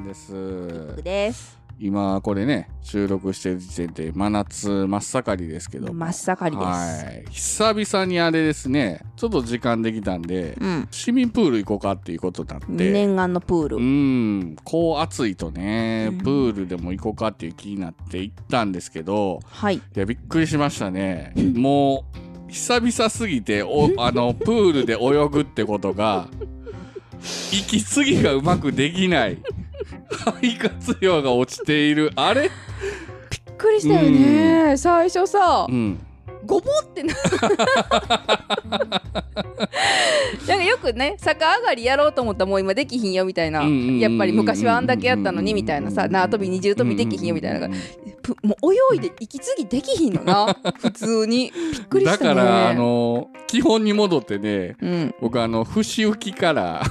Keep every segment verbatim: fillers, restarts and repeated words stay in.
です。 です。 今これね収録してる時点で真夏真っ盛りですけど、 真っ盛りです。 はい。久々にあれですね、ちょっと時間できたんで、うん、市民プール行こうかっていうことになって。 念願のプール。 うん。こう暑いとね、うん、プールでも行こうかっていう気になって行ったんですけど、 はい。いやびっくりしましたね。もう久々すぎておあのプールで泳ぐってことが息継ぎがうまくできない。肺活量が落ちている。あれびっくりしたよね、うん、最初さ、うん、ごぼってななんかよくね逆上がりやろうと思ったらもう今できひんよみたいな、やっぱり昔はあんだけやったのにみたいなさ、縄跳び二重跳びできひんよみたいな、もう泳いで息継ぎできひんのな普通に。びっくりしたね。 だからあの基本に戻ってね、うん、僕あの節浮きから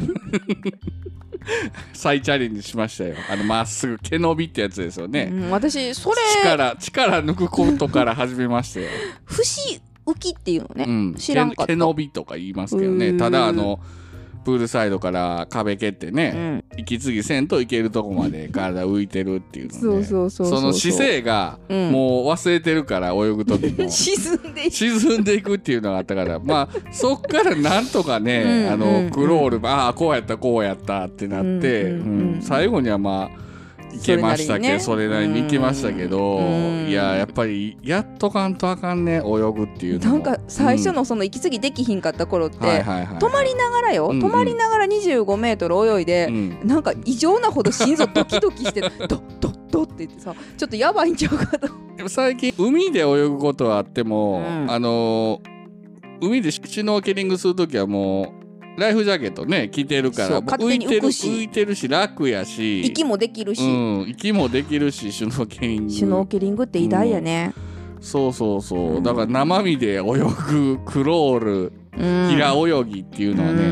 再チャレンジしましたよ。あのまっすぐ毛伸びってやつですよね、 うん、私それ力力抜くことから始めましたよ。 節浮きっていうのね、うん、知らんかった。 毛伸びとか言いますけどね。ただあのプールサイドから壁蹴ってね、うん、息継ぎせんといけるとこまで体浮いてるっていうので、そうそうそうそう、その姿勢がもう忘れてるから、泳ぐ時も沈んでいく沈んでいくっていうのがあったから、まあそっからなんとかね、うん、あのクロール、うん、ああこうやったこうやったってなって、うんうんうん、最後にはまあ行けましたけど、それなりに行けましたけど、いややっぱりやっとかんとあかんね、泳ぐっていうのも。 なんか最初のその息継ぎできひんかった頃って、うん、止まりながらよ、うんうん、止まりながらにじゅうごメートル泳いで、うん、なんか異常なほど心臓ドキドキしてドッドッドッって言ってさ、ちょっとやばいんちゃうかと。 でも最近海で泳ぐことはあっても、うん、あのー、海でシュノーケリングするときはもうライフジャケットね着てるから浮いてる浮いてるし楽やし、 息もできるし、 うん、息もできるし、シュノーケリングシュノーケリングって偉大やね、 うん、そうそうそう、だから生身で泳ぐクロール、うん、平泳ぎっていうのはね、うん、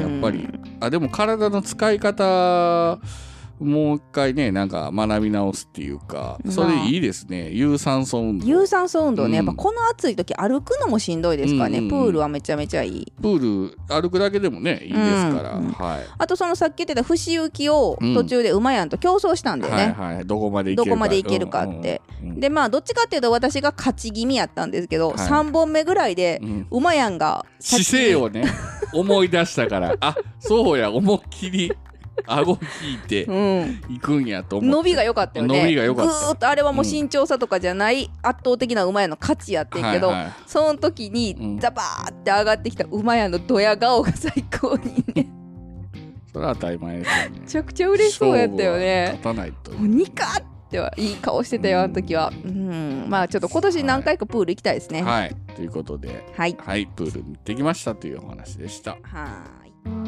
やっぱりあでも体の使い方もう一回ねなんか学び直すっていうか、それいいですね。有酸素運動有酸素運動ね、うん、やっぱこの暑い時歩くのもしんどいですからね、うんうん、プールはめちゃめちゃいい。 プール歩くだけでもねいいですから、うんうん、はい、 あとそのさっき言ってた節浮きを途中で馬やんと競争したんだよね、 うんはいはい、どこまでどこまでいけるかって、うんうん、でまあどっちかっていうと私が勝ち気味やったんですけど、はい、さんぼんめぐらいで馬やんが姿勢をね思い出したからあそうや思いっきり顎引いて行くんやと思って、うん、 伸びが良かったよね。 伸びが良かった。 ぐーっとあれはもう身長差とかじゃない圧倒的な馬屋の勝ちやってんけど、はいはい、その時にザバーって上がってきた馬屋のドヤ顔が最高にねそれは当たり前ですよね。 めちゃくちゃ嬉しそうやったよね。 勝たないともうニカってはいい顔してたよあの時は、うん、まあちょっと今年何回かプール行きたいですね。 はい、はい、ということで、はい、はい、プールに行ってきましたというお話でした。 はい。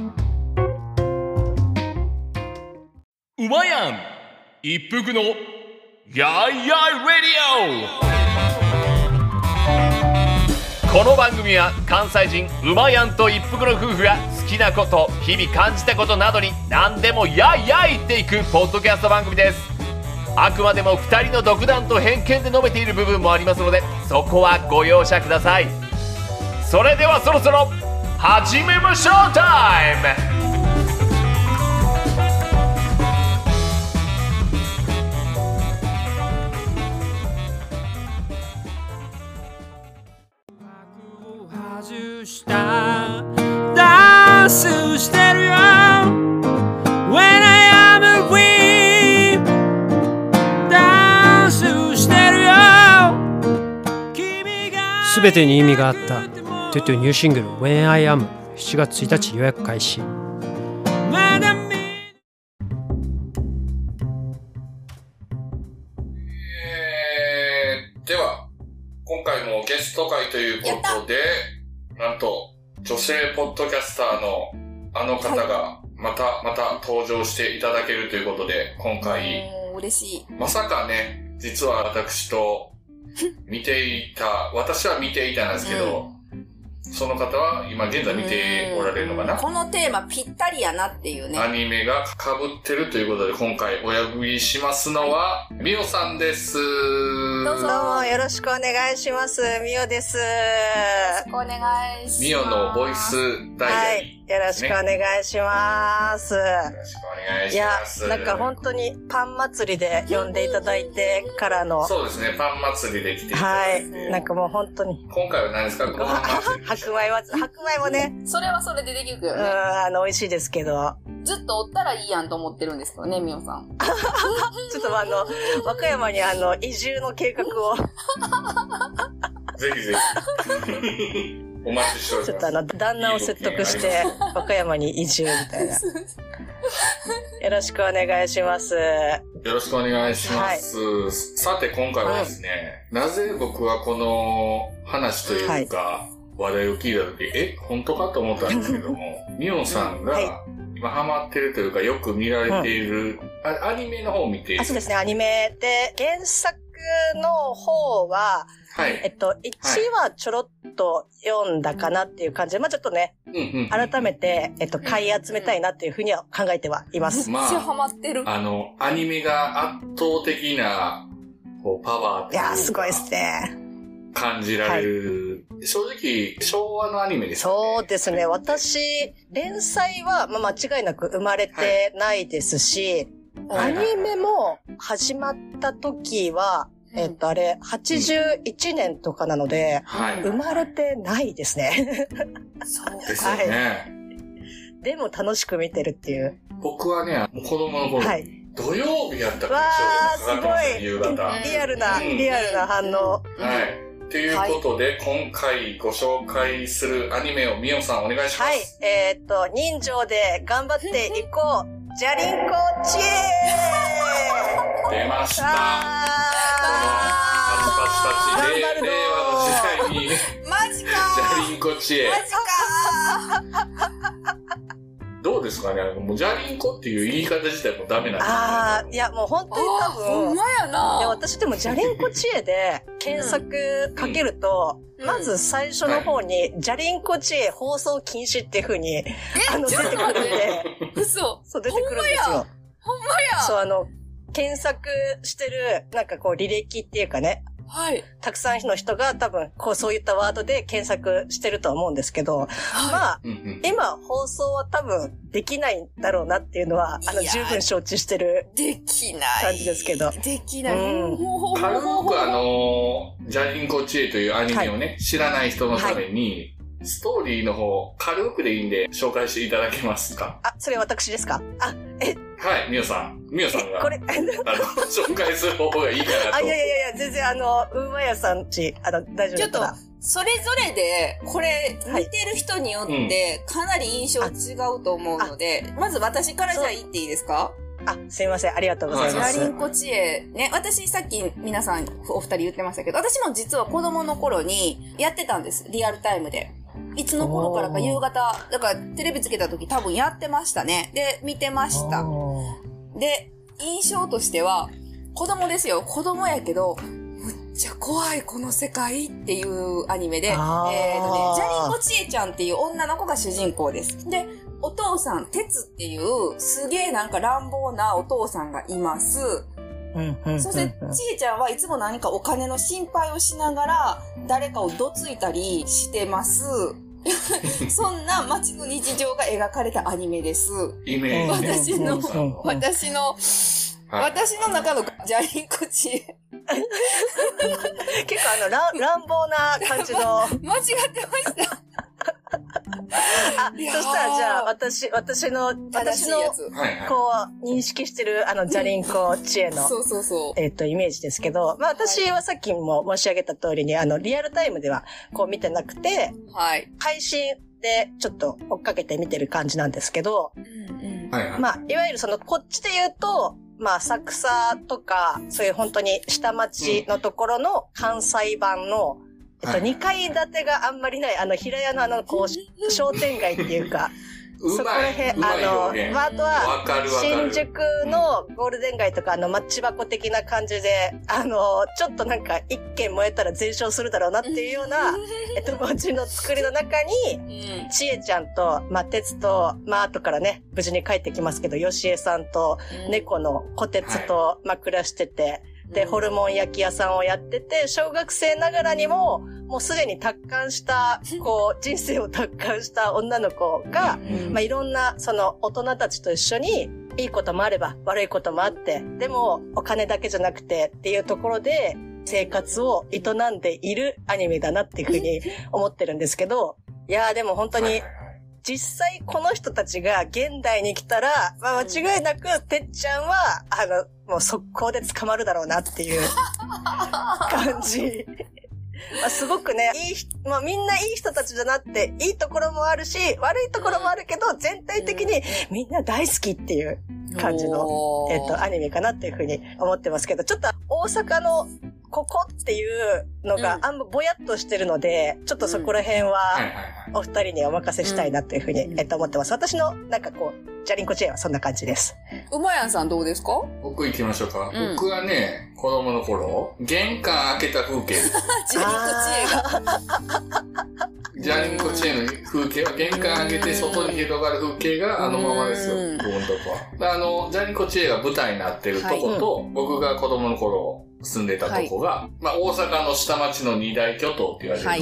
うまやん一服のやいやいレディオ。この番組は関西人うまやんと一服の夫婦が好きなこと日々感じたことなどに何でもやいやい言っていくポッドキャスト番組です。あくまでもふたりの独断と偏見で述べている部分もありますのでそこはご容赦ください。それではそろそろ始めましょうタイム。ダンスしてるよ When I am free ダンスしてるよすべてに意味があったトゥトゥニューシングル When I Am しちがつついたち予約開始。 では今回もゲスト会ということでなんと女性ポッドキャスターのあの方がまた、はい、また登場していただけるということで今回嬉しい。 まさかね実は私と見ていた私は見ていたんですけど、うん、その方は今現在見ておられるのかな。 このテーマぴったりやなっていうねアニメが被ってるということで今回お呼びしますのはみおさんです。 どうぞどうもよろしくお願いします。みおです。よろしくお願いします。 みおのボイスダイアリー、はいよろしくお願いします。 よろしくお願いします。 いや、なんか本当にパン祭りで呼んでいただいてからの。 そうですね、パン祭りで来ていたはだいて。 い。なんかもう本当に。 今回は何ですか？ご飯祭り。 白米は、白米もね。 それはそれでできるけどうん、 ね。 あの、美味しいですけど。 ずっとおったらいいやんと思ってるんですけどね、みおさん。 ちょっとあの、和歌山にあの、移住の計画を。 ぜひぜひ。お待ちしております。 ちょっとあの、旦那を説得して、和歌山に移住みたいな。よろしくお願いします。 よろしくお願いします。はい、さて、今回はですね、うん、なぜ僕はこの話というか、はい、話題を聞いたとき、え、本当かと思ったんですけども、みおさんが、はい、今ハマってるというか、よく見られている、うん、アニメの方を見ている。 あ、そうですね、アニメで、原作の方は、はい。えっと、いちわちょろっと読んだかなっていう感じで、まあちょっとね、うんうん、改めて、えっと、買い集めたいなっていうふうには考えてはいます。 めっちゃハマってる。 あの、アニメが圧倒的な、こう、パワーっていうか。 いやー、すごいですね。 感じられる。はい、正直、昭和のアニメですね。 そうですね。私、連載は、まあ間違いなく生まれてないですし、はい、アニメも始まった時は、えっと、あれ、はちじゅういちねんとかなので、はい、生まれてないですね。 そうですよね、 はい。でも楽しく見てるっていう。 僕はね、子供の頃、はい、土曜日やったら、 わー、すごい。 夕方。 リアルな、うん、リアルな反応。 はい。ということで、はい、今回ご紹介するアニメをみおさんお願いします。 はい。えー、っと、人情で頑張っていこう。じゃりんこ知恵出ました。パチパチたち、令和の時代に、 マジかじゃりんこ知恵。 マジかどうですかね、もうじゃりんこっていう言い方自体もダメなんですか？ ああ、いやもう本当に多分。 ほんまやな。 いや私でもじゃりんこ知恵で検索かけると、うん、まず最初の方に、じゃりんこ知恵放送禁止っていう風に、あの出てくるんで。 嘘。 そう出てくるんですよ。 ほんまや。 そうあの、検索してる、なんかこう履歴っていうかね。 はい。 たくさんの人が多分、こうそういったワードで検索してると思うんですけど、はい、まあ、うんうん、今放送は多分できないんだろうなっていうのは、あの、十分承知してるできない感じですけど。 できない。うん、 軽くあのー、じゃりんこ知恵というアニメをね、はい、知らない人のために、はいストーリーの方、軽くでいいんで、紹介していただけますか？ あ、それ私ですか？あ、えはい、みおさん。みおさんが。 これ、 あの、紹介する方がいいかなと。 あ、いやいやいや、全然あの、うまやさんち、あの、大丈夫だったら。 ちょっと、それぞれで、これ、見てる人によって、かなり印象違うと思うので、うん、まず私からじゃあ言っていいですか？ あ、すいません。ありがとうございます。 じゃりんこ知恵。ね、私さっき皆さんお二人言ってましたけど、私も実は子供の頃にやってたんです。リアルタイムで。いつの頃からか夕方、だからテレビつけた時多分やってましたね。で、見てました。で、印象としては、子供ですよ。子供やけど、むっちゃ怖いこの世界っていうアニメで、えーとね、じゃりんこ知恵ちゃんっていう女の子が主人公です。で、お父さん、てつっていうすげえなんか乱暴なお父さんがいます。そして、ちえちゃんはいつも何かお金の心配をしながら、誰かをどついたりしてます。そんな街の日常が描かれたアニメです。 イメージ。私の、私の、はい、私の中のじゃりんこ知恵。 結構あの、乱、乱暴な感じの。 間違ってました。 あ、そしたらじゃあ、私、私の、私の、こう、認識してる、あの、じゃりんこ知恵の、 そうそうそう。 えっと、イメージですけど、まあ私はさっきも申し上げた通りに、あの、リアルタイムでは、こう見てなくて、 はい。 配信でちょっと追っかけて見てる感じなんですけど、うんうん、まあ、いわゆるその、こっちで言うと、まあ、浅草とか、そういう本当に下町のところの関西版の、えっと、にかい建てがあんまりない、あの、平屋のあの、こう、商店街っていうか、そこら辺、あの、まあ、あとは、新宿のゴールデン街とか、あの、マッチ箱的な感じで、あの、ちょっとなんか、一軒燃えたら全焼するだろうなっていうような、えっと、街の作りの中に、ちえちゃんと、まあ、鉄と、まあ、後からね、無事に帰ってきますけど、よしえさんと、猫のこてつと、まあ、暮らしてて、 で、ホルモン焼き屋さんをやってて、小学生ながらにも、もうすでに達観した、こう、人生を達観した女の子が、まあ、いろんな、その、大人たちと一緒に、いいこともあれば、悪いこともあって、でも、お金だけじゃなくて、っていうところで、生活を営んでいるアニメだなっていうふうに思ってるんですけど、いやーでも本当に、実際この人たちが現代に来たら、まあ間違いなく、てっちゃんは、あの、もう速攻で捕まるだろうなっていう感じ。まあ、すごくね、いい、まあみんないい人たちだなって、いいところもあるし、悪いところもあるけど、全体的にみんな大好きっていう感じの、えっと、アニメかなっていうふうに思ってますけど、ちょっと大阪のここっていうのがあんまぼやっとしてるので、うん、ちょっとそこら辺はお二人にお任せしたいなっていうふうに、えっと、思ってます。私のなんかこう、ジャリンコ知恵はそんな感じです。 うまやんさんどうですか？ 僕行きましょうか。うん、僕はね、子供の頃、玄関開けた風景。 ジャリンコ知恵が。 ジャリンコ知恵の風景は玄関開けて外に広がる風景があのままですよ、僕のとこは。あの、ジャリンコ知恵が舞台になってるとこと、はい、僕が子供の頃、住んでたとこが、はい、まあ大阪の下町の二大巨頭って言われる。はい、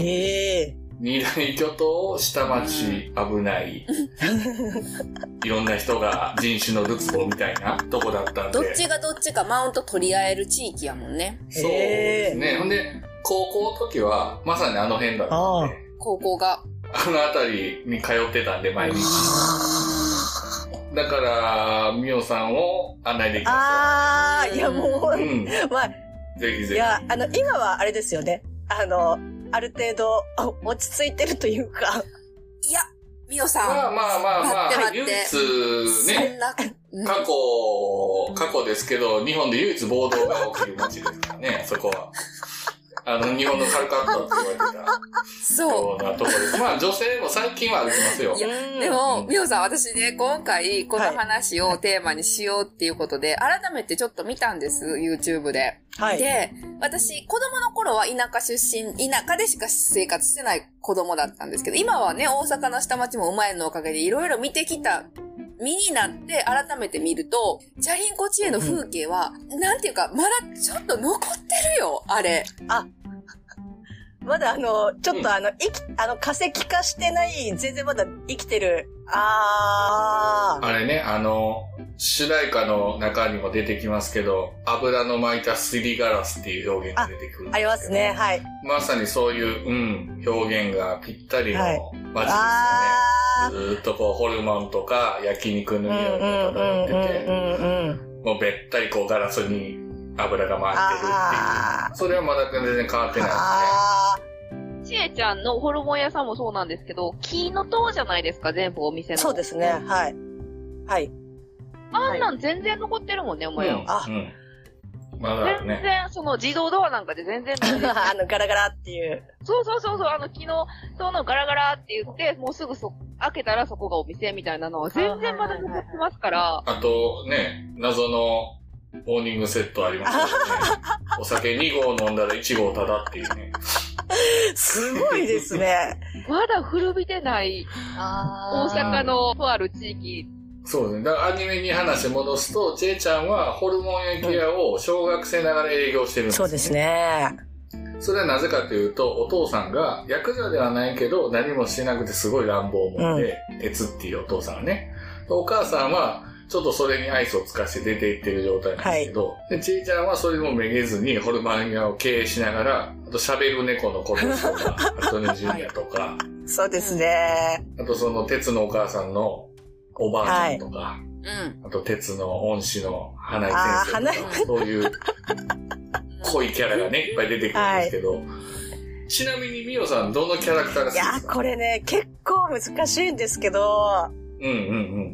二大巨頭、下町、危ない。いろんな人が人種のるつぼみたいなとこだったんで。 どっちがどっちかマウント取り合える地域やもんね。 そうですね。ほんで、高校の時は、まさにあの辺だったんで。 高校が。 あの辺りに通ってたんで、毎日。だから、みおさんを案内できますよ。 ああ、いやもう、うん、まあ、 ぜひぜひ。 いや、あの、今はあれですよね。あの、ある程度、落ち着いてるというか。 いや、みおさん。 まあまあまあまあ、唯一ね、過去、過去ですけど、日本で唯一暴動が起きる街ですからね、そこは。あの、日本のカルカッタって言われてた。そう。ようなところです。まあ、女性も最近は歩きますよ。 いや、でも、みおさん、私ね、今回、この話をテーマにしようっていうことで、はい、改めてちょっと見たんです、YouTube で。はい。で、私、子供の頃は田舎出身、田舎でしか生活してない子供だったんですけど、今はね、大阪の下町もうまいのおかげでいろいろ見てきた身になって改めて見ると、ジャリンコ知恵の風景は、うん、なんていうか、まだちょっと残ってるよ、あれ。 あ、まだあの、ちょっとあの、生き、あの、化石化してない、全然まだ生きてる。あー。 あれね、あの、主題歌の中にも出てきますけど、油の巻いたすりガラスっていう表現が出てくるんですけど、 あ、ありますね、はい。 まさにそういう、うん、表現がぴったりの街ですよね。はい、ずーっとこう、ホルモンとか焼肉の匂いが漂ってて、もうべったりこうガラスに油が回ってるっていう。それはまだ全然変わってないですね。 ちえちゃんのホルモン屋さんもそうなんですけど、木の塔じゃないですか、全部お店の。 そうですね、はい。はい。 あんなん全然残ってるもんね、お前よ。 あ、うん。まだね。 全然、その自動ドアなんかで全然あの、ガラガラっていう。 そうそうそうそう、あの、木の塔のガラガラって言って、もうすぐそ、開けたらそこがお店みたいなのは全然まだ残ってますから。 あと、ね、謎のモーニングセットありますよね。お酒にごう飲んだらいちごうただっていうね。 すごいですね。 まだ古びてない大阪のとある地域。 そうですね。だからアニメに話戻すと、ちえちゃんはホルモン焼き屋を小学生ながら営業してるんです、ね、 そうですね。 それはなぜかというと、お父さんが、ヤクザではないけど、何もしてなくてすごい乱暴者で、うん、鉄っていうお父さんはね。お母さんは、ちょっとそれに愛想をつかして出ていってる状態なんですけど、はい、で、ちえちゃんはそれもめげずにホルモン屋を経営しながら、あと喋る猫のこととか、あとね、ジュニアとか、はい、 そうですね。 あとその鉄のお母さんのおばあちゃんとか、はい、あと鉄の恩師の花井先生とか、そういう濃いキャラがね、いっぱい出てくるんですけど、はい、ちなみにみおさん、どのキャラクターが好きですか？ いや、これね、結構難しいんですけど、 うんうんうん。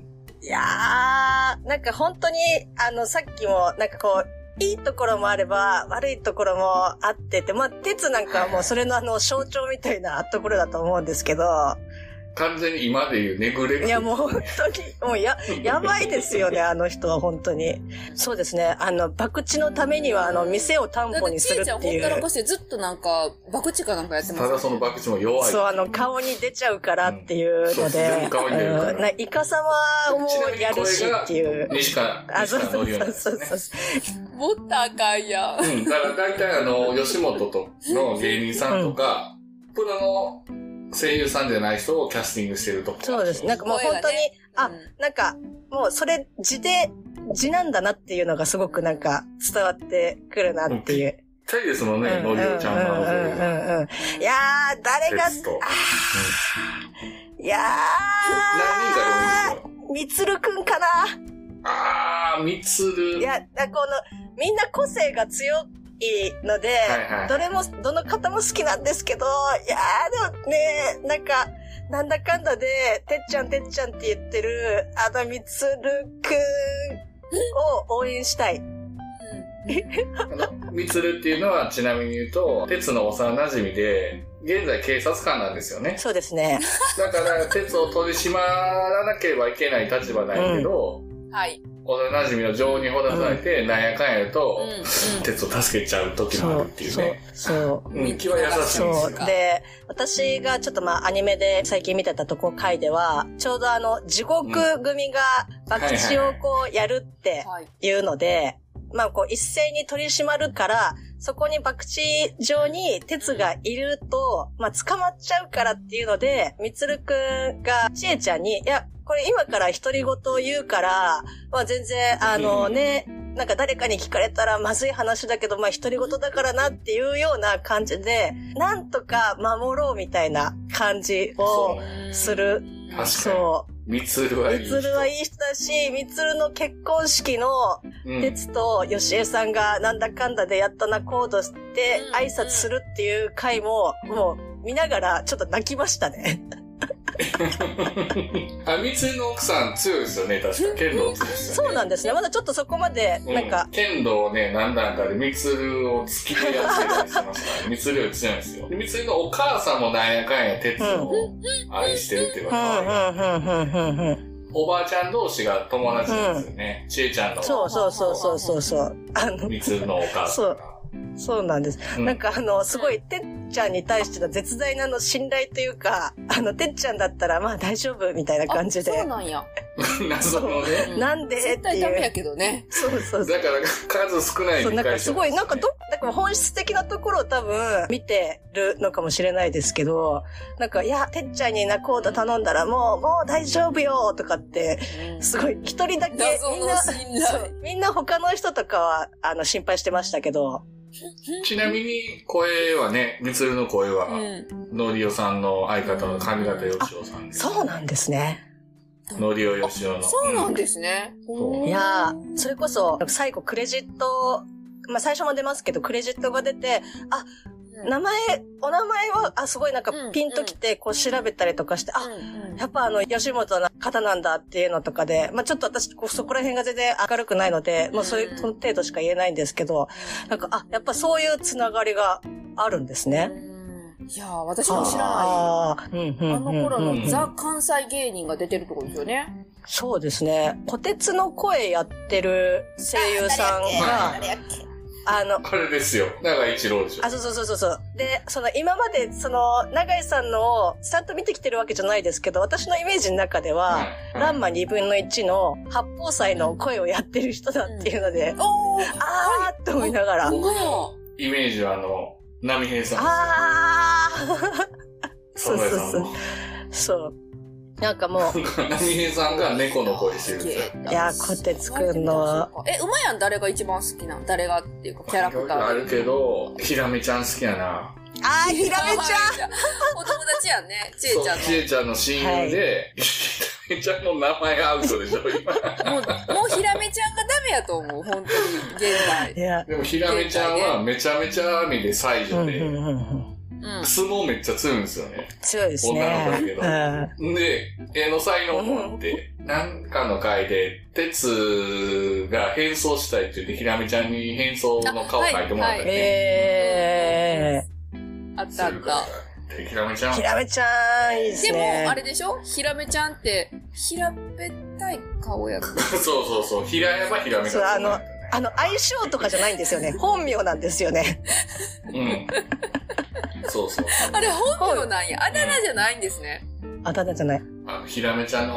いやー、なんか本当に、あの、さっきも、なんかこう、いいところもあれば、悪いところもあってて、まあ、鉄なんかはもうそれのあの、象徴みたいなところだと思うんですけど、 完全に今で言うネグレクト。 いやもう本当に、もうや、やばいですよね、あの人は本当に。そうですね、あの、博打のためには、あの、店を担保にするっていう。なんかちえちゃんほったらかしてずっとなんか、博打かなんかやってます、ね。 ただその博打も弱い。 そう、あの、顔に出ちゃうからっていうので、うん、顔に出るから。イカ様もやるしっていう。 西川、 あ、そうそうそうそう。 持ったらあかんやん。 うん、だから大体あの、吉本との芸人さんとか、うん、プロの声優さんじゃない人をキャスティングしてるとこ。 そうです。なんかもう本当に、ね、あ、うん、なんか、もうそれ字で、字なんだなっていうのがすごくなんか伝わってくるなっていう。ぴったりですもんね、のりおちゃんの。 うんうんうんうん。いやー、誰が、あー、いやー、 何人かでもいいですよ。 みつるくんかな。 あー、みつる。 いや、この、みんな個性が強いので、はいはい、どれも、どの方も好きなんですけど、いやー、でもね、なんか、なんだかんだで、てっちゃんてっちゃんって言ってる、あのみつるくんを応援したい。 あの、みつるっていうのはちなみに言うと、鉄の幼馴染で、現在警察官なんですよね。 そうですね。 だから、鉄を取り締まらなければいけない立場ないけど、うん、はい。幼馴染の情にほだされて、うん、なんやかんやと、うんうん、鉄を助けちゃう時もあるっていうね。 そう。そう。 うん、気は優しいんですよ。そう。 で、私がちょっとまあアニメで最近見てたとこ回では、ちょうどあの、地獄組が博打をこうやるっていうので、まあこう一斉に取り締まるから、そこに博打場に鉄がいると、まあ捕まっちゃうからっていうので、みつるくんがちえちゃんに、いや、これ今から独り言を言うから、まあ全然、あのね、なんか誰かに聞かれたらまずい話だけど、まあ独り言だからなっていうような感じで、なんとか守ろうみたいな感じをする。そう。 みつるはいい人。 みつるはいい人だし、みつるの結婚式の、鉄とよしえさんがなんだかんだでやったなコードして挨拶するっていう回も、もう見ながらちょっと泣きましたね。 あ、みつるの奥さん強いですよね、確か。剣道強いですよね。 そうなんですね。まだちょっとそこまで、なんか。 うん、剣道をね、何段かでみつるを突き出やすいたりしてますから、みつるより強いんですよ。みつるのお母さんもなんやかんや鉄を愛してるっていうか、おばあちゃん同士が友達なんですよね。ちえちゃんの。 そうそうそうそうそうそう。 あの、みつるのお母さんが。 そうなんです。うん、なんかあの、すごい、てっちゃんに対しての絶大なの信頼というか、あの、てっちゃんだったらまあ大丈夫みたいな感じで。 そうなんや。 謎のね。 なんでっていう。 絶対ダメやけどね。 そうそうそう。 だから数少ないそう、なんかすごい、なんかど、なんか本質的なところを多分見てるのかもしれないですけど、なんか、いや、てっちゃんにナコード頼んだらもう、もう大丈夫よとかって、すごい、一人だけ、みんな、みんな他の人とかは、あの、心配してましたけど、 ちなみに、声はね、みつるの声は、のりおさんの相方の上方よしおさんです。 そうなんですね。 のりおよしおの。 そうなんですね。 いやー、それこそ、最後クレジット、まあ最初も出ますけど、クレジットが出て、あ、名前、お名前は、あ、すごいなんかピンときて、こう調べたりとかして、あ、やっぱあの、吉本の方なんだっていうのとかで、まあちょっと私、こうそこら辺が全然明るくないので、もうそういう程度しか言えないんですけど、なんか、あ、やっぱそういうつながりがあるんですね。 いやー、私も知らない。あ, あの頃のザ・関西芸人が出てるところですよね。 そうですね。小鉄の声やってる声優さんが、 あの、あれですよ。長井一郎でしょ。 あ、そうそうそうそう。で、その今まで、その、長井さんのをちゃんと見てきてるわけじゃないですけど、私のイメージの中では、うん、ランマにぶんのいちの八宝菜の声をやってる人だっていうので、うん、おーあーって思いながら。 僕のイメージはあの、波平さんですよ。 あーそうそうそう。そう。なんかもう。 波平さんが猫の声してるんですよ。 いや、小鉄くんの。 え、馬やん誰が一番好きなの？誰がっていうか、キャラクター。 あるけど、ひらめちゃん好きやな。 あー、ひらめちゃんお友達やんね、ちえちゃんの。 ちえちゃんの親友で、ひらめちゃんの名前アウトでしょ、今。 もう、もうひらめちゃんがダメやと思う、本当に、現在。 いや。 でもひらめちゃんはめちゃめちゃ網で才女で、うん、相撲めっちゃ強いんですよね。 強いですね。 女の子だけど。うん、で、絵の才能もあって、うん、なんかの回で、鉄が変装したいって言って、ひらめちゃんに変装の顔描いてもらったりね。はいはい、 えー。あったあった。 ひらめちゃん。 ひらめちゃん、いいですね。 でも、あれでしょひらめちゃんって、平べったい顔やから。 そうそうそう。ひらやばひらめちゃん。そう、 あの、あの、相性とかじゃないんですよね。本名なんですよね。 うん。そうそう。 あれ本名なんや。あだ名じゃないんですね。 あだ名じゃない。 あの、ひらめちゃんの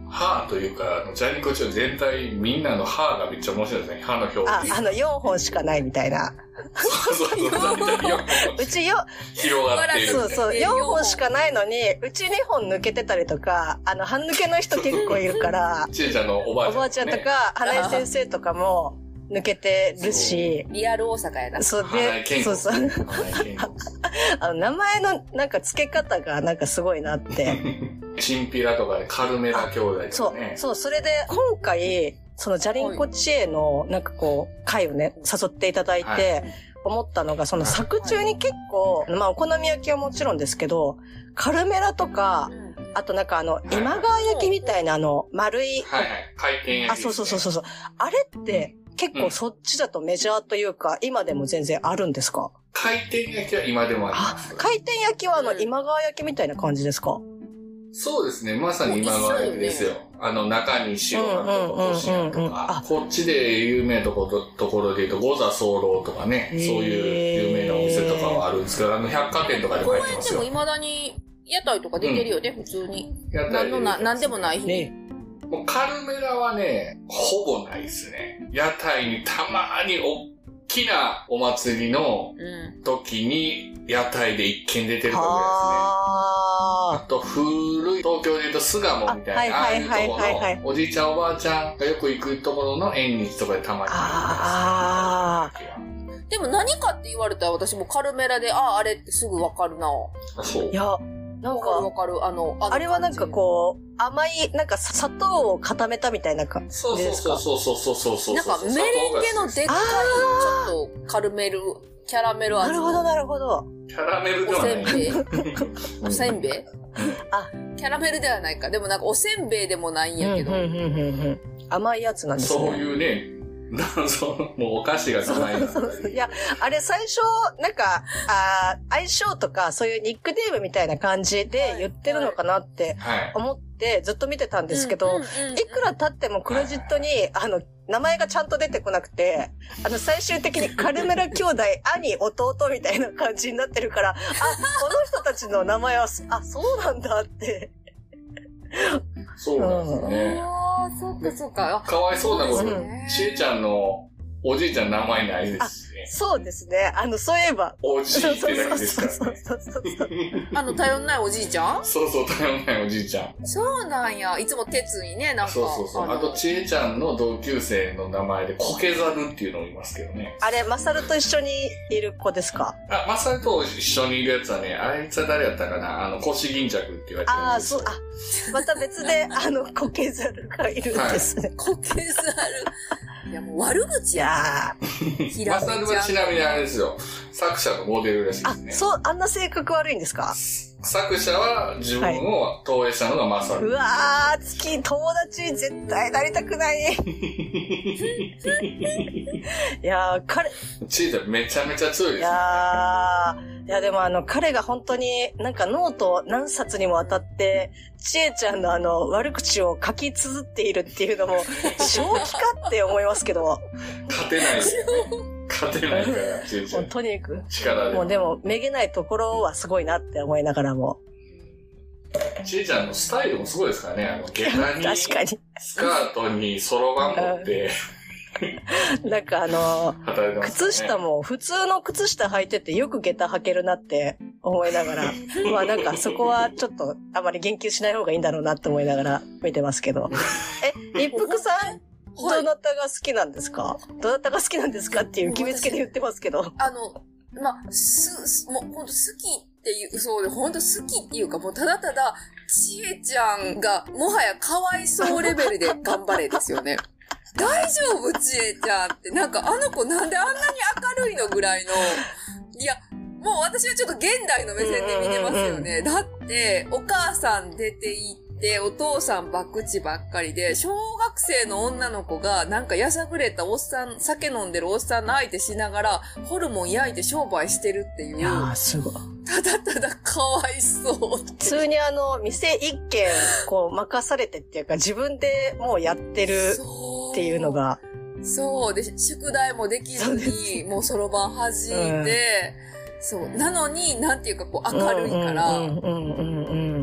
歯というか、あのジャニコチの全体、みんなの歯がめっちゃ面白いですね。歯の表現。 あ、あの、よんほんしかないみたいな。 そうそうそう。 うちよ、 広がっている。 そうそう。よんほんしかないのに、うちにほん抜けてたりとか、あの、半抜けの人結構いるから、 ちえちゃんのおばあちゃん、ね。 おばあちゃんとか、花井先生とかも抜けてるし。 リアル大阪やな。 そうで、そうそう。あの、名前のなんか付け方がなんかすごいなって。 チンピラとかカルメラ兄弟とかね。 そう、そう、それで今回、そのジャリンコ知恵のなんかこう、会をね、誘っていただいて、はい、思ったのが、その作中に結構、まあお好み焼きはもちろんですけど、カルメラとか、あとなんかあの、今川焼きみたいなあの、丸い。 はいはい。回転焼き、ね。 あ、そうそうそうそう。あれって、結構そっちだとメジャーというか、うん、今でも全然あるんですか？ 回転焼きは今でもあります。 あ、回転焼きはあの、今川焼きみたいな感じですか？ そうですね。まさに今川焼きですよ。ね、あの、中に塩なんとか、こしあんとか、こっちで有名なところ、ところで言うと、五座候とかね、そういう有名なお店とかはあるんですけど、あの、百貨店とかでも入ってますよ。 公園でも未だに屋台とか出てるよね、うん、普通に。屋台で。なんでもない日に。 もうカルメラはね、ほぼないですね。屋台にたまに大きなお祭りの時に屋台で一軒出てるかぐらいですね。あと古い東京で言うと巣鴨みたいな、ああいうところのおじいちゃんおばあちゃんがよく行くところの縁日とかでたまにある。でも何かって言われたら私もカルメラで、ああ、あれってすぐわかるな。 そう。 いや、なんか、 わかる、あの、 あ, あれはなんかこう、甘い、なんか砂糖を固めたみたいな感じですか？ そうそうそうそうそうそう。 なんかメレンゲのでっかい、ちょっとカルメル、キャラメル味。 なるほどなるほど。 キャラメルではない。 おせんべいおせんべいあ、キャラメルではないか。でもなんかおせんべいでもないんやけど。 うんうんうんうん、甘いやつなんですね。 そういうね。そう、もうお菓子が甘いな。 そうそうそう。いや、あれ最初、なんか、あ相性とか、そういうニックネームみたいな感じで言ってるのかなって思ってずっと見てたんですけど、いくら経ってもクレジットに、あの、名前がちゃんと出てこなくて、あの、最終的にカルメラ兄弟、兄、弟みたいな感じになってるから、あ、この人たちの名前は、あ、そうなんだって。 そうなんですね。 ああ、そっかそっか。 かわいそうなこと、ちえちゃんのおじいちゃん名前ないですしね。 そうですね。あの、そういえば。 おじいってだけですからね。そうそうそうそう。 あの、頼んないおじいちゃん？ そうそう、頼んないおじいちゃん。 そうなんや。いつも鉄にね、なんか。 そうそうそう。あ, あと、ちえちゃんの同級生の名前で、コケザルっていうのをいますけどね。 あれ、マサルと一緒にいる子ですか？ あ、マサルと一緒にいるやつはね、あいつは誰やったかな？あの、腰巾着って言われてるんですよ。 ああ、そう、あ、また別で、あの、コケザルがいるんですね。 はい、コケザル。いや、もう悪口や。 マサルはちなみにあれですよ。作者のモデルらしいですね。 あ、そう、あんな性格悪いんですか？ 作者は自分を投影したのがマサル。 うわー、月、友達絶対なりたくない。いやー、彼。 チータめちゃめちゃ強いですね。 いやー、いやでもあの、彼が本当になんかノート何冊にもわたって、ちえちゃんのあの、悪口を書き綴っているっていうのも、正気かって思いますけど。 勝てないですよね。勝てないから、ちえちゃん。 とにかく。 力で。 もうでも、めげないところはすごいなって思いながらも。 ちえちゃんのスタイルもすごいですからね。あの、下駄に。 確かに。 スカートにそろばん持って。 なんかあの、 ね、 靴下も普通の靴下履いててよく下駄履けるなって思いながら、まあなんかそこはちょっとあまり言及しない方がいいんだろうなって思いながら見てますけど。え、一服さん、どなたが好きなんですか？はい、どなたが好きなんですかっていう決めつけで言ってますけど。 あの、まあ、す、もうほんと好きっていう、そうで、ほんと好きっていうかもうただただ、ちえちゃんがもはやかわいそうレベルで頑張れですよね。大丈夫ちえちゃんって。なんかあの子なんであんなに明るいのぐらいの。いや、もう私はちょっと現代の目線で見てますよね。だって、お母さん出て行って、お父さん博打ばっかりで、小学生の女の子がなんかやさぐれたおっさん、酒飲んでるおっさんの相手しながら、ホルモン焼いて商売してるっていう。 いやー、すごい。 ただただかわいそうって。 普通にあの、店一軒、こう、任されてっていうか、自分でもうやってるっていうのが。 そう。で、宿題もできずに、もうそろばん弾いて、うん、そう。なのに、なんていうか、こう、明るいから。 うんうんうんうんうん。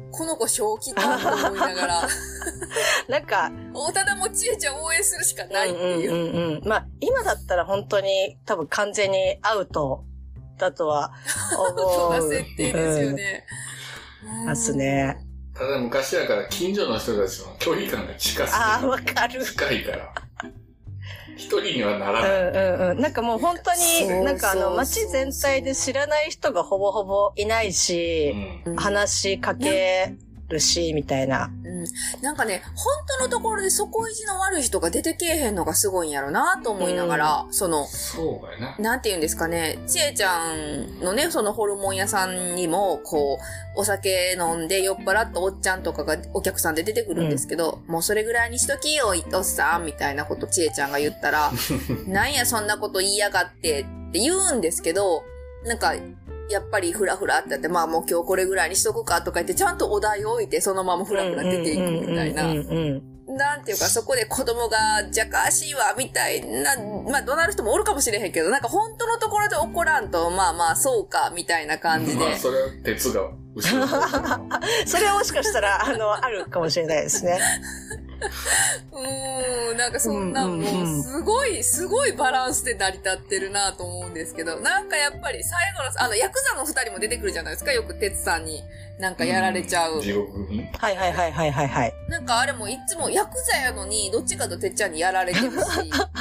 この子正気かと思いながら。 なんか、 ただもうちえちゃん応援するしかないっていう。 うんうんうんうん。まあ、今だったら本当に多分完全にアウトだとは思う。 そんな設定ですよね。 うん。ますね。 ただ昔だから近所の人たちの距離感が近すぎる。 ああ、わかる。 近いから。一人にはならない。 うんうんうん。なんかもう本当に、なんかあの、街全体で知らない人がほぼほぼいないし、うん、話しかけるし、みたいな。 うん。なんかね、本当のところで底意地の悪い人が出てけえへんのがすごいんやろなと思いながら、うん、その、 そうやな。 なんて言うんですかね、ちえちゃんのね、そのホルモン屋さんにも、こう、お酒飲んで酔っ払ったおっちゃんとかがお客さんで出てくるんですけど、うん、もうそれぐらいにしときよ、おっさん、みたいなことちえちゃんが言ったら、なんやそんなこと言いやがってって言うんですけど、なんか、やっぱりフラフラってやって、まあもう今日これぐらいにしとくかとか言って、ちゃんとお題を置いてそのままフラフラ出ていくみたいな。なんていうか、そこで子供がじゃかしいわ、みたいな、まあ怒鳴る人もおるかもしれへんけど、なんか本当のところで怒らんと、まあまあそうか、みたいな感じで。 まあそれは鉄が後ろそれはもしかしたら、あの、あるかもしれないですね。 うーん、なんかそんなんもう、すごい、すごいバランスで成り立ってるなと思うんですけど、なんかやっぱり最後の、あの、ヤクザの二人も出てくるじゃないですか、よく鉄さんになんかやられちゃう。 地獄に。 はいはいはいはいはいはい。 なんかあれもいつもヤクザやのに、どっちかと鉄ちゃんにやられてるし。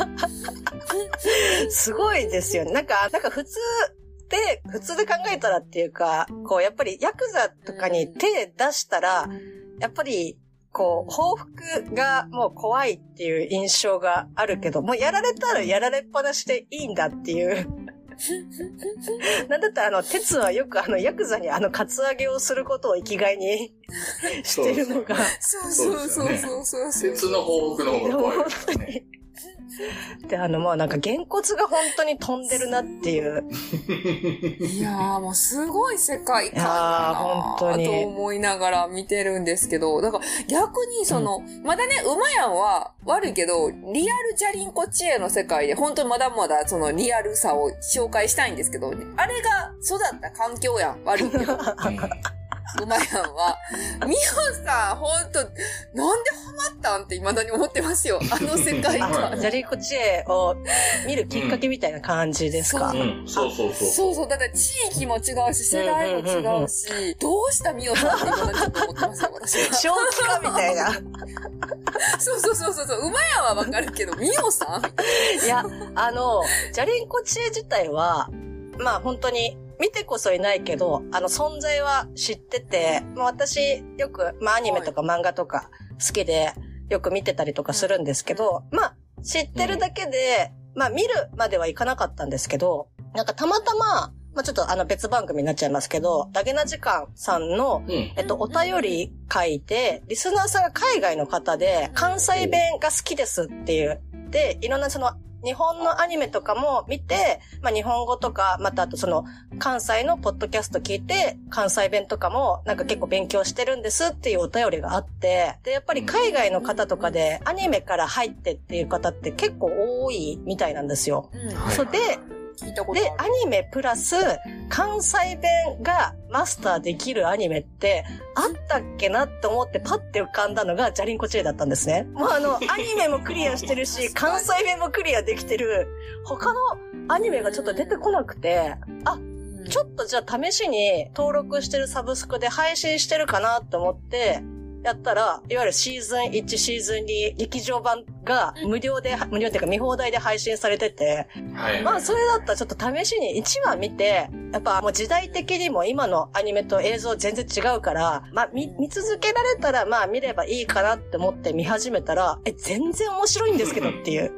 すごいですよね。なんか、なんか普通、で、普通で考えたらっていうか、こう、やっぱりヤクザとかに手出したら、やっぱり、こう、報復がもう怖いっていう印象があるけど、もうやられたらやられっぱなしでいいんだっていう。なんだったらあの、鉄はよくあの、ヤクザにあの、カツアゲをすることを生きがいにしてるのが。 そうそうそうそうそうそう。 鉄の報復の方が怖いですね。 で、あの、もうなんか、げんこつが本当に飛んでるなっていう。 いやー、もうすごい世界観だなーと思いながら見てるんですけど、だから逆にその、うん、まだね、馬やんは悪いけど、リアルジャリンコ知恵の世界で本当にまだまだそのリアルさを紹介したいんですけど、あれが育った環境やん、悪いけど。馬やんは。みおさん、ほんと、なんでハマったんって未だに思ってますよ。あの世界観。 ジャリンコ知恵を見るきっかけみたいな感じですか、 うんうん、そうそうそう。 そうそう。だって地域も違うし、世代も違うし、どうしたみおさんって未だにちょっと思ってますよ、私は。 正気かみたいな。 そうそうそうそう。馬やんはわかるけど、みおさんいや、あの、ジャリンコ知恵自体は、まあ本当に、見てこそいないけど、あの、存在は知ってて、まあ私、よく、まあアニメとか漫画とか好きで、よく見てたりとかするんですけど、まあ、知ってるだけで、まあ見るまではいかなかったんですけど、なんかたまたま、まあちょっとあの別番組になっちゃいますけど、ダゲな時間さんの、うん、えっと、お便り書いて、リスナーさんが海外の方で、関西弁が好きですっていう、で、いろんなその、日本のアニメとかも見て、まあ日本語とか、またあとその関西のポッドキャスト聞いて、関西弁とかもなんか結構勉強してるんですっていうお便りがあって、で、やっぱり海外の方とかでアニメから入ってっていう方って結構多いみたいなんですよ。うん、それで、 聞いたことある。 で、アニメプラス関西弁がマスターできるアニメってあったっけなって思ってパッて浮かんだのがジャリンコ知恵だったんですね。もうあの、アニメもクリアしてるし、関西弁もクリアできてる、他のアニメがちょっと出てこなくて、あ、ちょっとじゃあ試しに登録してるサブスクで配信してるかなって思って、やったら、いわゆるシーズンいち、シーズンに劇場版が無料で、無料っていうか見放題で配信されてて、はい、まあそれだったらちょっと試しにいちわ見て、やっぱもう時代的にも今のアニメと映像全然違うから、まあ見、見続けられたらまあ見ればいいかなって思って見始めたら、え、全然面白いんですけどっていう。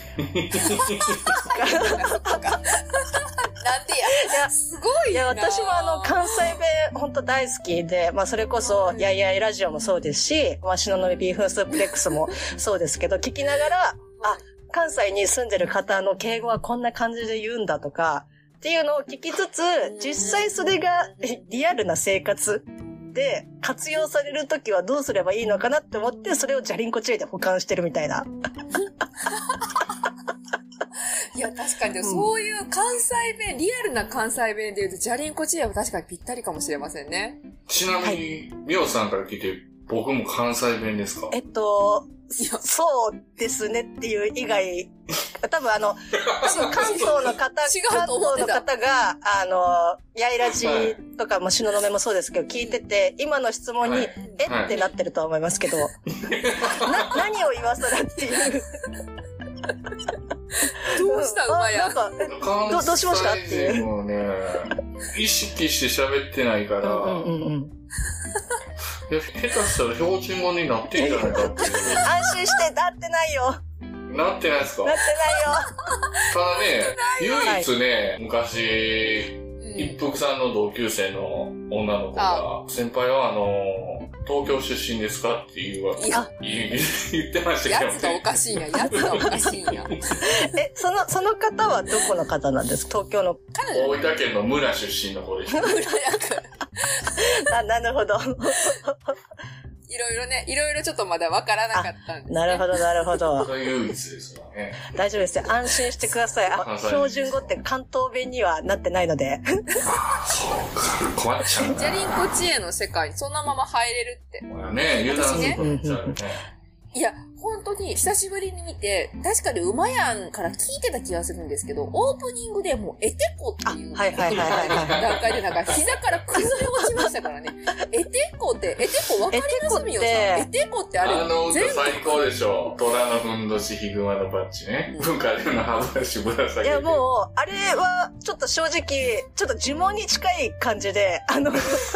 なんでや。いや、すごいいや、私もあの、関西弁本当大好きで、まあそれこそ、やいやいラジオもそうですし、まあ、しののみビーフンスープレックスもそうですけど、聞きながら、あ、関西に住んでる方の敬語はこんな感じで言うんだとか、っていうのを聞きつつ、実際それがリアルな生活で活用されるときはどうすればいいのかなって思って、それをジャリンコ知恵で保管してるみたいな。 いや、確かに、うん、そういう関西弁、リアルな関西弁で言うと、ジャリンコ知恵は確かにぴったりかもしれませんね。 ちなみに、みおさんから聞いて、僕も関西弁ですか？ えっと、そうですねっていう以外、多分あの、関東の方、関東の方が、あの、やいらじとかもしののめもそうですけど、聞いてて、今の質問に、はい、え、はい、ってなってるとは思いますけど、な、何を今更っていう。 どうした馬や。 なんか、どう、どうしましたっていう。 もうね、意識して喋ってないから、うんうんうんうんいや、下手したら標準語になってんじゃないかっていう。 安心して、なってないよ。 なってないですか？ なってないよ。 ただね、唯一ね、昔、一服さんの同級生の女の子が、先輩はあの、東京出身ですかっていうわけ言ってましたけど。 やつがおかしいんや、やつがおかしいんや。 え、その、その方はどこの方なんですか？東京の。 大分県の村出身の子でした。村やからあ、なるほど。 いろいろね、いろいろちょっとまだわからなかったんです、ね。 なるほど、なるほど。 それ唯一ですよね。 大丈夫ですよ。安心してください。あ、標準語って関東弁にはなってないので。 ああ、そうか。困っちゃうな。 ジャリンコ知恵の世界にそのまま入れるって。 ほらね、油断することちゃうね。 いや、本当に久しぶりに見て、確かに馬やんから聞いてた気がするんですけど、オープニングでもうエテコっていうはいはいはいはい段階でなんか膝から崩れ落ちましたからね。エテコって、エテコわかりますみよさん。エテコってあれあの歌最高でしょ。虎のふんどし、ヒグマのバッジね。文化での歯ブラシぶら下げて。 いやもう、あれはちょっと正直、ちょっと呪文に近い感じで、あの、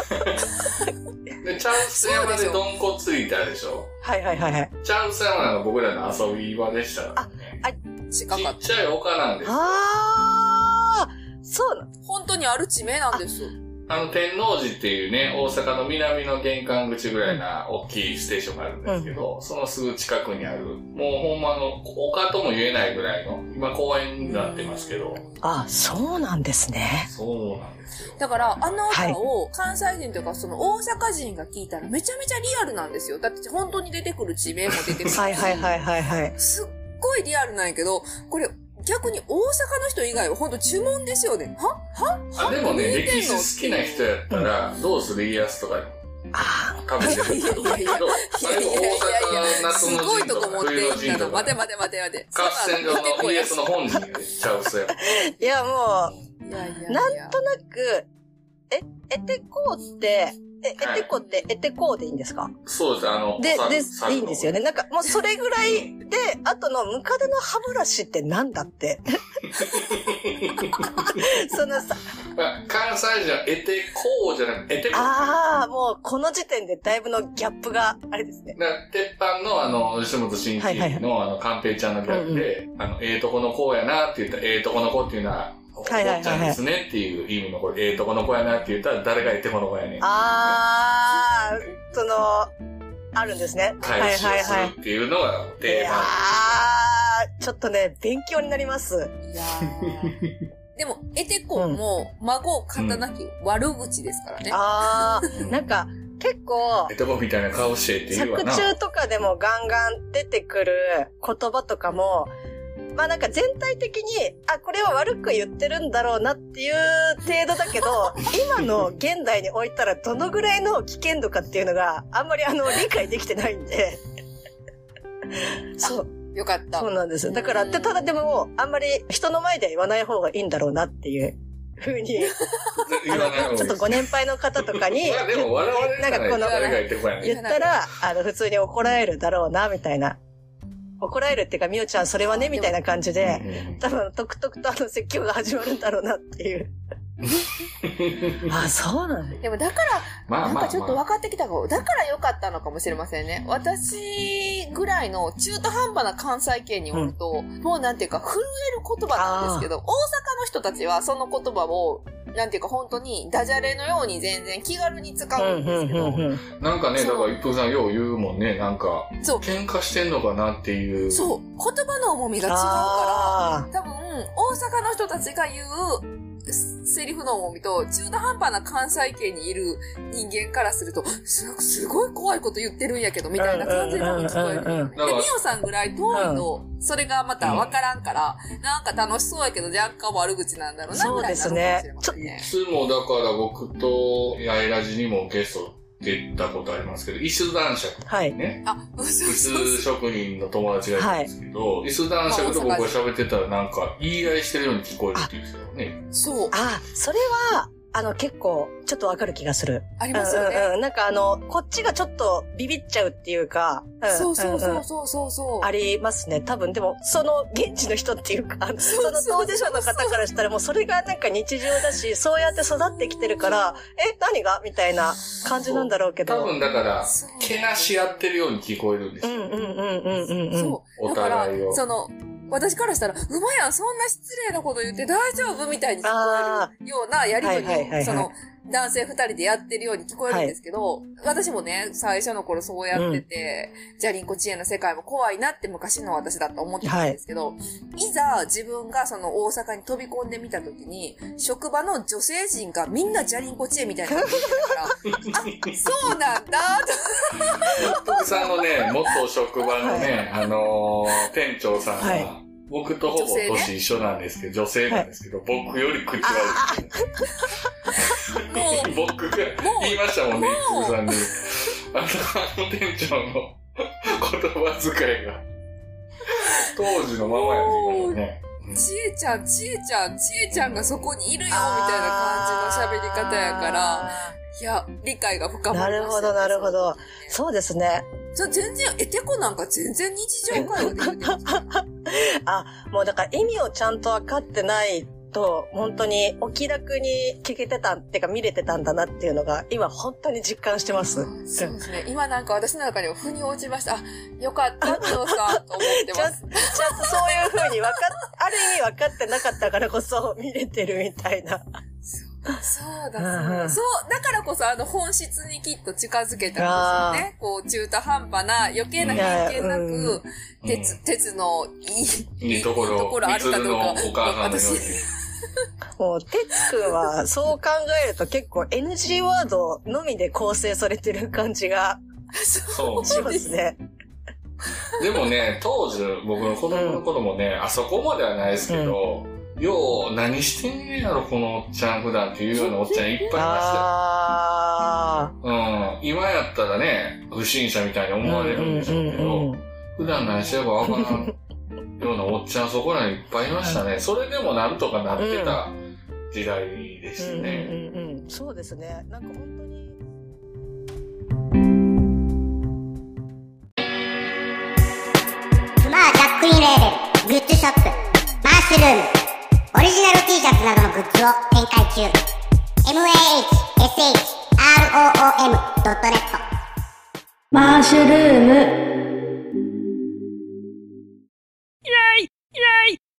で、チャンス山でどんこついたでしょ。 はいはいはいはい。 チャンス山が僕らの遊び場でしたからね。あ、あ、 近かった。 ちっちゃい丘なんです。 あー、そうなの？ 本当にある地名なんです。 あの、天王寺っていうね、大阪の南の玄関口ぐらいな大きいステーションがあるんですけど、うん、そのすぐ近くにある、もうほんまの、丘とも言えないぐらいの、今公園になってますけど。 あ、そうなんですね。 そうなんですよ。 だから、あの歌を関西人とかその大阪人が聞いたらめちゃめちゃリアルなんですよ。だって本当に出てくる地名も出てくるし。 はいはいはいはいはい。 すっごいリアルなんやけど、これ、逆に大阪の人以外は本当呪文ですよね。ははあ、でもね、歴史好きな人やったら、どうする家康とか、 ああ、食べてるけど、 いやいやいやいや、すごいとこ持っていったの。待て待て待て待て。 合戦場の家康の本人がちゃうせよ。 いやもう、いやいやいやなんとなく、え、エテコーって、え、エテコって、エテコーでいいんですか？ そうです、あの、 で、で、いいんですよね。なんか、もうそれぐらいで、あとのムカデの歯ブラシってなんだって。そのさ、 関西人はエテコーじゃなくて、エテコー。 ああ、もうこの時点でだいぶのギャップが、あれですね。 鉄板のあの、吉本新喜のあの、寛平ちゃんのギャグで、あの、ええとこの子やなって言ったら、ええとこの子っていうのは、おっちゃんですねっていう意味のこれ、ええとこの子やなって言ったら、誰がええとこの子やねん。 ああ、その、あるんですね。 返しをするっていうのが定番。 いやー、ちょっとね、勉強になります。 いやでも、エテコも、孫を刀なき悪口ですからね。 うん、あー、なんか、結構、 エテコみたいな顔してっていうわな。 作中とかでもガンガン出てくる言葉とかも、まあなんか全体的に、あ、これは悪く言ってるんだろうなっていう程度だけど、今の現代に置いたらどのぐらいの危険度かっていうのがあんまりあの理解できてないんで。そう。 よかった。 そうなんです。だから、でただでも、あんまり人の前では言わない方がいいんだろうなっていうふうに、あの、ちょっとご年配の方とかに、 まあでも我々 なんかこの、言ったら、あの、普通に怒られるだろうな、みたいな。怒られるっていうか、みおちゃんそれはね、みたいな感じで、多分、とくとくとあの説教が始まるんだろうなっていう。あ、そうなんだ。 でもだから、なんかちょっと分かってきたかも。だから良かったのかもしれませんね。私ぐらいの中途半端な関西圏におると、うん、もうなんていうか、震える言葉なんですけど、大阪の人たちはその言葉を、なんていうか本当にダジャレのように全然気軽に使うんですけど。 なんかね、だから一風さんよう言うもんね、なんか、そう喧嘩してんのかなっていう。 そう。言葉の重みが違うから、多分、大阪の人たちが言う、 セリフの重みと、中途半端な関西圏にいる人間からすると、す, すごい怖いこと言ってるんやけど、みたいな感じで多分聞こえる、ね。で、ミオさんぐらい遠いと、それがまた分からんから、うん、なんか楽しそうやけど若干悪口なんだろうな、ぐらいなのかもしれませんね。 いつもだから僕とヤイラジにもゲスト出たことありますけど、椅子男爵、ね。はい。あ、そうそうそう。椅子職人の友達がいるんですけど、はい、椅子男爵と僕が喋ってたらなんか言い合いしてるように聞こえるって言うんですよね。 そう。あ、それは、あの、結構、ちょっとわかる気がする。 ありますよね。 うんうん、なんかあの、こっちがちょっとビビっちゃうっていうか、 うん、そうそうそうそうそうそう。 ありますね。多分、でも、その現地の人っていうか、その当事者の方からしたらもうそれがなんか日常だし、そうやって育ってきてるから、え、何がみたいな感じなんだろうけど。 多分だから、けなし合ってるように聞こえるんですよ。うんうんうんうんうん。 そう。お互いを。その、私からしたら、うまやん、そんな失礼なこと言って大丈夫みたいに聞こえるようなやりとりを、その、男性二人でやってるように聞こえるんですけど、はい、私もね、最初の頃そうやってて、うん、ジャリンコ知恵の世界も怖いなって昔の私だと思ってたんですけど、はい、いざ自分がその大阪に飛び込んでみたときに、職場の女性陣がみんなジャリンコ知恵みたいなのを見てたから、あ、そうなんだと。福さんのね、元職場のね、はい、あのー、店長さんが、はい、僕とほぼ年一緒なんですけど、女性なんですけど、はい、僕より口悪い。僕が言いましたもんね、いつもさんに。あの、あの店長の言葉遣いが、当時のままやってたね。 ちえちゃん、ちえちゃん、ちえちゃんがそこにいるよ、みたいな感じの喋り方やから、いや、理解が深まりました、ね。 なるほど、なるほど。そうですね。 全然、えてこなんか全然日常会話で言ってます。 あ、もうだから意味をちゃんと分かってないと、本当にお気楽に聞けてたってか見れてたんだなっていうのが、今本当に実感してます。 そうですね。今なんか私の中にも腑に落ちました。あ、よかった、みおさん、と思ってます。ちゃんとそういう風に分かっ、ある意味分かってなかったからこそ見れてるみたいな。 そうだ、そうだ。そう、だからこそあの本質にきっと近づけたんですよね。こう、中途半端な余計な偏見なく、鉄、うん、鉄のいい、 いいところ、いいところあるかどうか。私、 もう、てつくんは、そう考えると結構 エヌジー ワードのみで構成されてる感じが、そうしますね。 でもね、当時、僕の子供の頃もね、うん、あそこまではないですけど、うんよう、何してんねんやろ、このおっちゃん普段っていうようなおっちゃんいっぱいいましたよ。あうん。今やったらね、不審者みたいに思われるんでしょうけど、うんうんうん、普段何してるかわからんようなおっちゃんそこらにいっぱいいましたね。それでもなんとかなってた時代ですね。 うんうんうんうん、そうですね。なんか本当に。 スマージャックインレーベル、グッズショップ、マッシュルーム。オリジナル T シャツなどのグッズを展開中。エムエーエイチエスエイチアールオーオーエムドットネット マッシュルーム。 イェイイェイ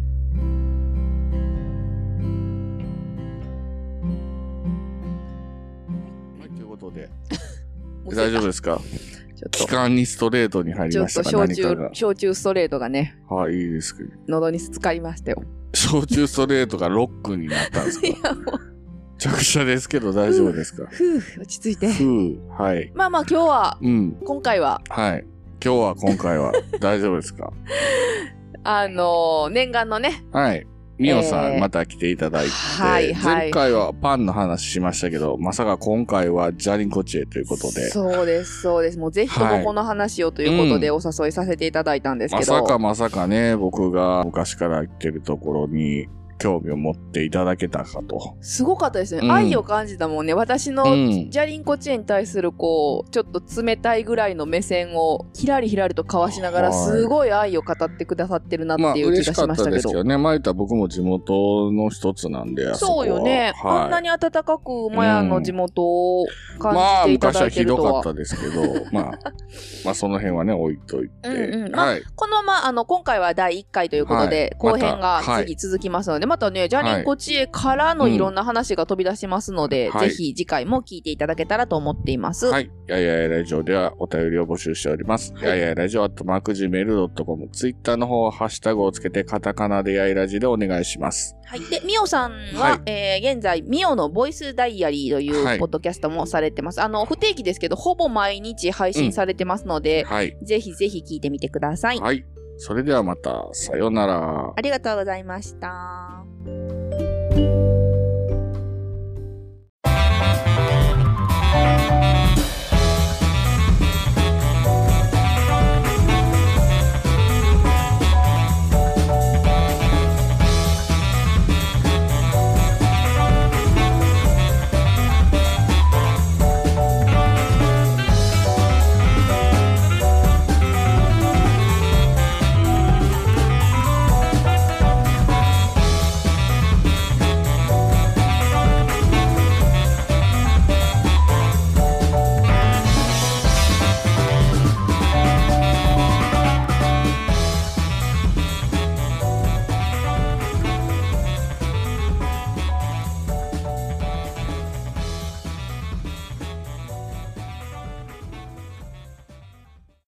はい、ということで。大丈夫ですか気管にストレートに入りましたか。 ちょっと焼酎、焼酎ストレートがね。 はい、いいですけど。 喉につかりましたよ。 焼酎ストレートがロックになったんですか。いやもう着車ですけど大丈夫ですか。 ふう、落ち着いて。 ふう、はい。 まあまあ今日は、うん、今回は、 はい。今日は今回は大丈夫ですか。 あのー、念願のね。 はい。みおさん、えー、また来ていただいて、はいはい、前回はパンの話しましたけど、まさか今回はジャリンコチエということで。 そうです、そうです。もうぜひともこの話をということでお誘いさせていただいたんですけど。 うん、まさかまさかね、僕が昔から行ってるところに興味を持っていただけたかと。 すごかったですね。うん、愛を感じたもんね。私のジャリンコチエに対するこう、ちょっと冷たいぐらいの目線をひらりひらりと交わしながら、すごい愛を語ってくださってるなっていう気がしましたけど。まあ、嬉しかったですよね。前言ったら僕も地元の一つなんで、 そうよね。はい、あんなに温かくマヤの地元を感じていただいてるとは。 まあ、昔はひどかったですけど、まあ、まあその辺はね、置いといて。 うんうん。まあ、はい、このまま、あの、今回はだいいっかいということで、はい、後編が次続きますので、ままたね、じゃりんこ知恵からのいろんな話が飛び出しますので、 うん、 ぜひ次回も聞いていただけたらと思っています。 はい。やいやいラジオではお便りを募集しております。はい、やいやいラジオアットマークジメールドットコム、ツイッターの方はハッシュタグをつけてカタカナでやいラジでお願いします。 はい。で、みおさんは、はい、えー、現在、みおのボイスダイアリーというポッドキャストもされてます。はい、あの、不定期ですけど、ほぼ毎日配信されてますので、うん、はい。ぜひぜひ聞いてみてください。 はい。それではまた、さようなら。 ありがとうございました。